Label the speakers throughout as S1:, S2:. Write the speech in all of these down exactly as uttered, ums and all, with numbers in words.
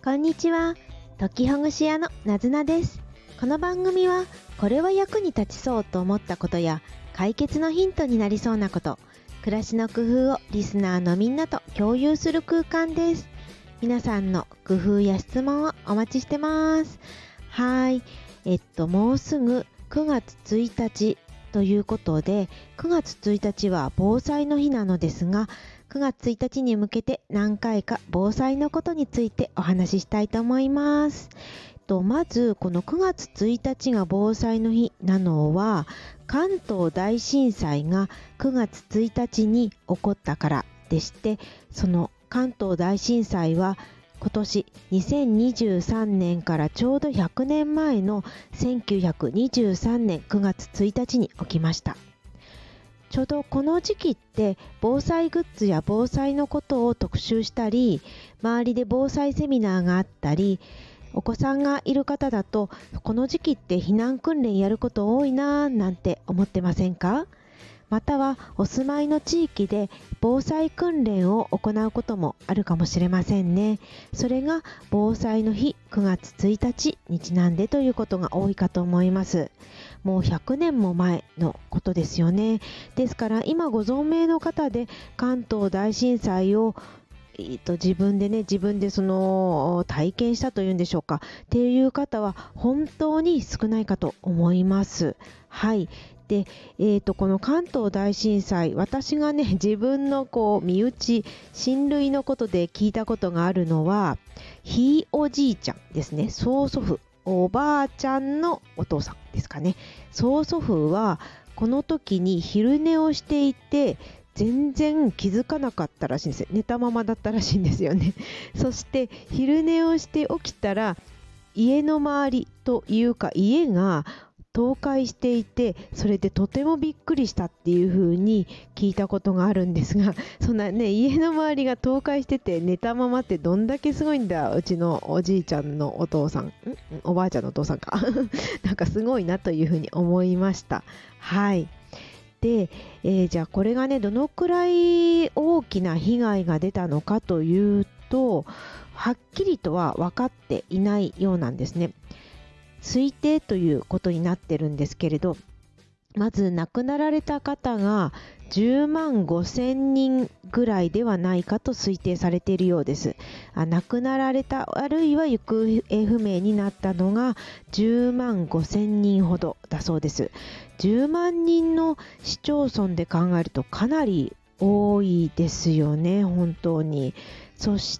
S1: こんにちは。解きほぐし屋のなずなです。この番組はこれは役に立ちそうと思ったことや解決のヒントになりそうなこと、暮らしの工夫をリスナーのみんなと共有する空間です。皆さんの工夫や質問をお待ちしてます。はい、えっともうすぐくがつついたちということで、くがつついたちは防災の日なのですが、くがつついたちに向けて何回か防災のことについてお話ししたいと思います。とまずこのくがつついたちが防災の日なのは、関東大震災がくがつついたちに起こったからでして、その関東大震災は今年にせんにじゅうさんねんからちょうどひゃくねんまえのせんきゅうひゃくにじゅうさんねんくがつついたちに起きました。ちょうどこの時期って防災グッズや防災のことを特集したり、周りで防災セミナーがあったり、お子さんがいる方だとこの時期って避難訓練やること多いなぁなんて思ってませんか？またはお住まいの地域で防災訓練を行うこともあるかもしれませんね。それが防災の日くがつついたちにちなんでということが多いかと思います。もうひゃくねんも前のことですよね。ですから今ご存命の方で関東大震災をえー、と自分でね自分でその体験したというんでしょうかっていう方は本当に少ないかと思います。はい。で、えー、とこの関東大震災、私がね自分のこう身内親類のことで聞いたことがあるのは、ひいおじいちゃんですね、曽祖父、おばあちゃんのお父さんですかね。曽祖父はこの時に昼寝をしていて全然気づかなかったらしいんですよ。寝たままだったらしいんですよね。そして昼寝をして起きたら家の周りというか家が倒壊していて、それでとてもびっくりしたっていう風に聞いたことがあるんですが、そんなね家の周りが倒壊してて寝たままってどんだけすごいんだ。うちのおじいちゃんのお父さん、んおばあちゃんのお父さんかなんかすごいなという風に思いました。はい。で、えー、じゃあこれがねどのくらい大きな被害が出たのかというと、はっきりとは分かっていないようなんですね。推定ということになってるんですけれど、まず亡くなられた方がじゅうまんごせんにんぐらいではないかと推定されているようです。あ亡くなられた、あるいは行方不明になったのがじゅうまんごせんにんほどだそうです。じゅうまんにんの市町村で考えるとかなり多いですよね、本当に。そして、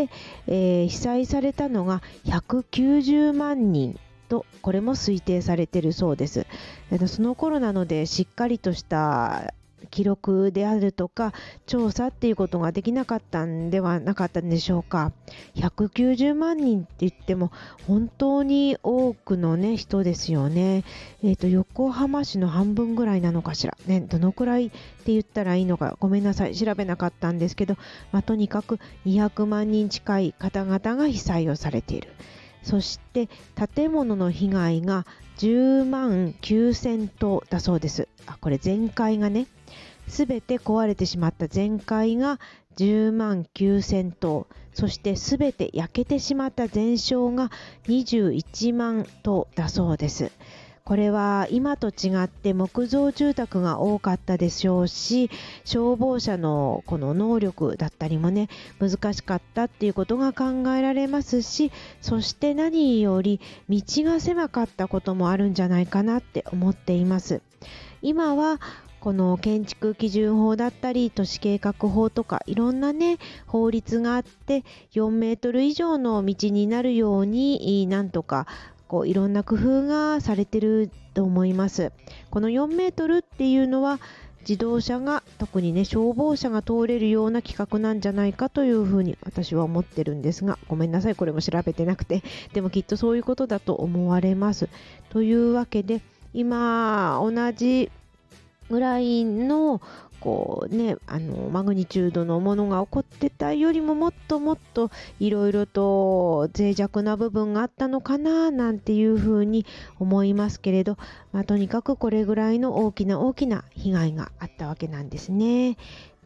S1: えー、被災されたのがひゃくきゅうじゅうまんにんと、これも推定されているそうです。その頃なのでしっかりとした記録であるとか調査っていうことができなかったんではなかったんでしょうか。ひゃくきゅうじゅうまんにんって言っても本当に多くのね人ですよね。えーと横浜市の半分ぐらいなのかしらね。どのくらいって言ったらいいのかごめんなさい、調べなかったんですけど、まあ、とにかくにひゃくまんにん近い方々が被災をされている。そして建物の被害がじゅうまんきゅうせんとうだそうです。あ、これ全壊がね、すべて壊れてしまった全壊がじゅうまんきゅうせんとう、そしてすべて焼けてしまった全焼がにじゅういちまんとうだそうです。これは今と違って木造住宅が多かったでしょうし、消防車のこの能力だったりもね難しかったっていうことが考えられますし、そして何より道が狭かったこともあるんじゃないかなって思っています。今はこの建築基準法だったり都市計画法とかいろんなね法律があって、よんメートル以上の道になるようになんとかこういろんな工夫がされてると思います。このよんメートルっていうのは自動車が特にね消防車が通れるような規格なんじゃないかというふうに私は思ってるんですが、ごめんなさいこれも調べてなくて、でもきっとそういうことだと思われます。というわけで今同じぐらいのこうねあのマグニチュードのものが起こってたよりももっともっといろいろと脆弱な部分があったのかななんていうふうに思いますけれど、まあ、とにかくこれぐらいの大きな大きな被害があったわけなんですね。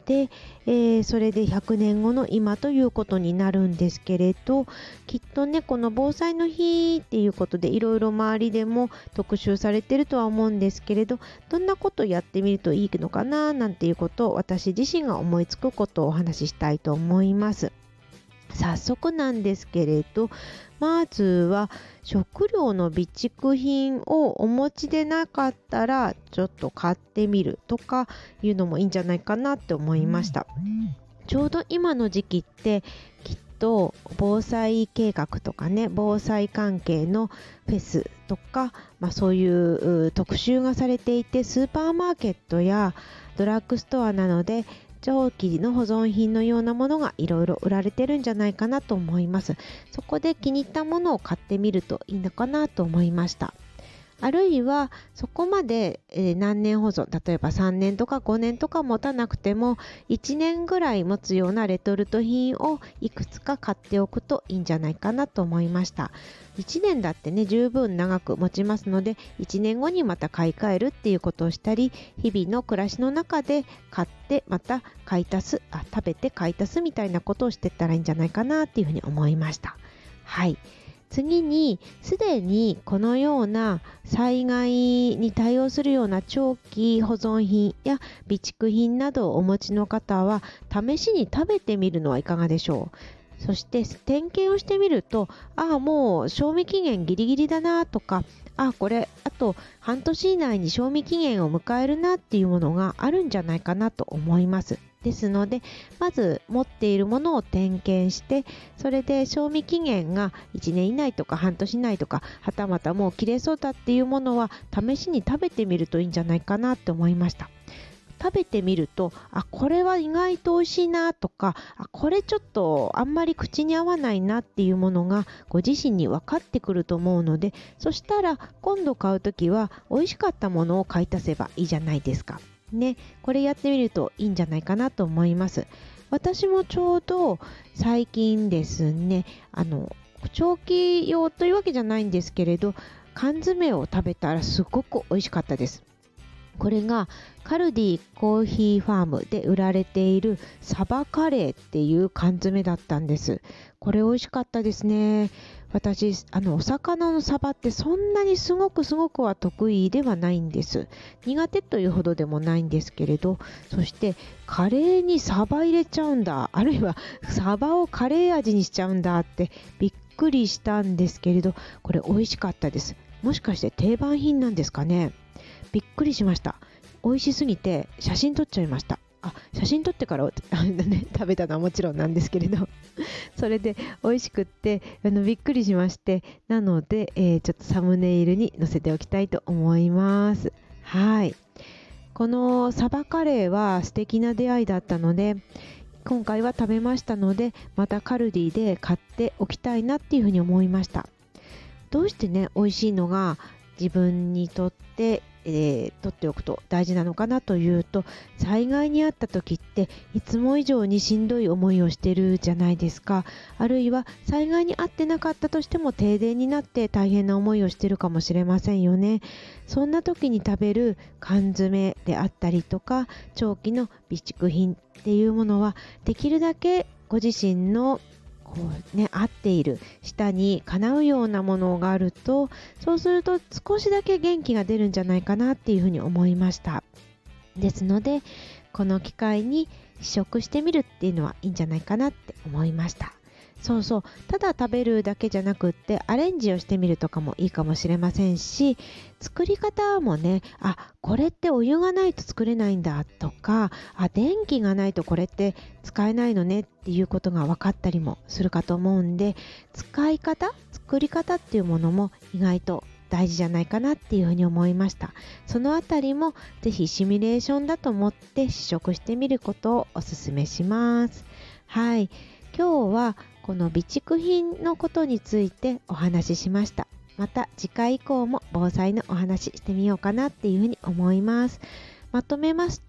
S1: で、えー、それでひゃくねんごの今ということになるんですけれど、きっとねこの防災の日っていうことでいろいろ周りでも特集されてるとは思うんですけれど、どんなことやってみるといいのかななんていうことを私自身が思いつくことをお話ししたいと思います。早速なんですけれど、まずは食料の備蓄品をお持ちでなかったらちょっと買ってみるとかいうのもいいんじゃないかなって思いました。ちょうど今の時期ってきっと防災計画とかね、防災関係のフェスとか、まあ、そういう特集がされていて、スーパーマーケットやドラッグストアなどで長期の保存品のようなものがいろいろ売られてるんじゃないかなと思います。そこで気に入ったものを買ってみるといいのかなと思いました。あるいはそこまで、えー、何年保存、例えばさんねんとかごねんとか持たなくてもいちねんぐらい持つようなレトルト品をいくつか買っておくといいんじゃないかなと思いました。いちねんだってね十分長く持ちますので、いちねんごにまた買い替えるっていうことをしたり、日々の暮らしの中で買ってまた買い足す、あ食べて買い足すみたいなことをしていったらいいんじゃないかなっていうふうに思いました。はい、次に、すでにこのような災害に対応するような長期保存品や備蓄品などをお持ちの方は試しに食べてみるのはいかがでしょう。そして点検をしてみると、ああもう賞味期限ギリギリだなとか、あこれあと半年以内に賞味期限を迎えるなっていうものがあるんじゃないかなと思います。ですので、まず持っているものを点検して、それで賞味期限がいちねん以内とか半年以内とか、はたまたもう切れそうだっていうものは試しに食べてみるといいんじゃないかなって思いました。食べてみると、あこれは意外と美味しいなとか、あこれちょっとあんまり口に合わないなっていうものがご自身に分かってくると思うので、そしたら今度買うときは美味しかったものを買い足せばいいじゃないですかね。これやってみるといいんじゃないかなと思います。私もちょうど最近ですね、あの長期用というわけじゃないんですけれど、缶詰を食べたらすごく美味しかったです。これがカルディコーヒーファームで売られているサバカレーっていう缶詰だったんです。これ美味しかったですね。私あのお魚のサバってそんなにすごくすごくは得意ではないんです。苦手というほどでもないんですけれど、そしてカレーにサバ入れちゃうんだ、あるいはサバをカレー味にしちゃうんだってびっくりしたんですけれど、これ美味しかったです。もしかして定番品なんですかね。びっくりしました。美味しすぎて写真撮っちゃいました。あ写真撮ってからね、食べたのはもちろんなんですけれどそれで美味しくってあのびっくりしまして、なので、えー、ちょっとサムネイルに載せておきたいと思います。はい、このサバカレーは素敵な出会いだったので、今回は食べましたので、またカルディで買っておきたいなっていうふうに思いました。どうしてね美味しいのが自分にとってえー、取っておくと大事なのかなというと、災害にあった時っていつも以上にしんどい思いをしてるじゃないですか。あるいは災害にあってなかったとしても停電になって大変な思いをしてるかもしれませんよね。そんな時に食べる缶詰であったりとか長期の備蓄品っていうものは、できるだけご自身のこうね、合っている舌にかなうようなものがあると、そうすると少しだけ元気が出るんじゃないかなっていうふうに思いました。ですのでこの機会に試食してみるっていうのはいいんじゃないかなって思いました。そうそう、ただ食べるだけじゃなくってアレンジをしてみるとかもいいかもしれませんし、作り方もね、あこれってお湯がないと作れないんだとか、あ電気がないとこれって使えないのねっていうことが分かったりもするかと思うんで、使い方作り方っていうものも意外と大事じゃないかなっていうふうに思いました。そのあたりもぜひシミュレーションだと思って試食してみることをおすすめします。はい、今日はこの備蓄品のことについてお話ししました。また次回以降も防災のお話ししてみようかなっていうふうに思います。まとめますと、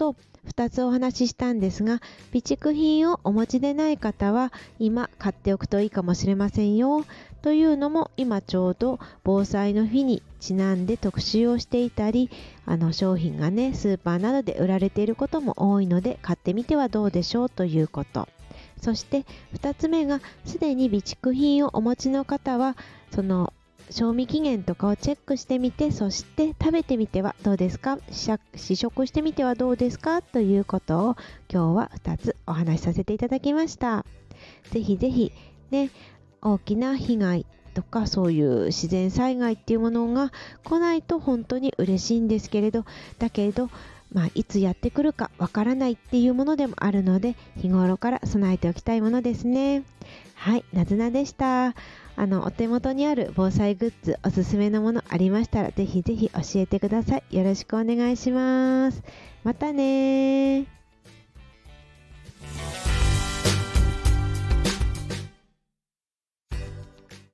S1: ふたつお話ししたんですが、備蓄品をお持ちでない方は今買っておくといいかもしれませんよ。というのも、今ちょうど防災の日にちなんで特集をしていたり、あの商品がねスーパーなどで売られていることも多いので、買ってみてはどうでしょうということ。そしてふたつめが、すでに備蓄品をお持ちの方はその賞味期限とかをチェックしてみて、そして食べてみてはどうですか、試食してみてはどうですかということを今日はふたつお話しさせていただきました。ぜひぜひね、大きな被害とかそういう自然災害っていうものが来ないと本当に嬉しいんですけれど、だけどまあ、いつやってくるかわからないっていうものでもあるので、日頃から備えておきたいものですね。はい、なずなでした。あのお手元にある防災グッズ、おすすめのものありましたらぜひぜひ教えてください。よろしくお願いします。またね。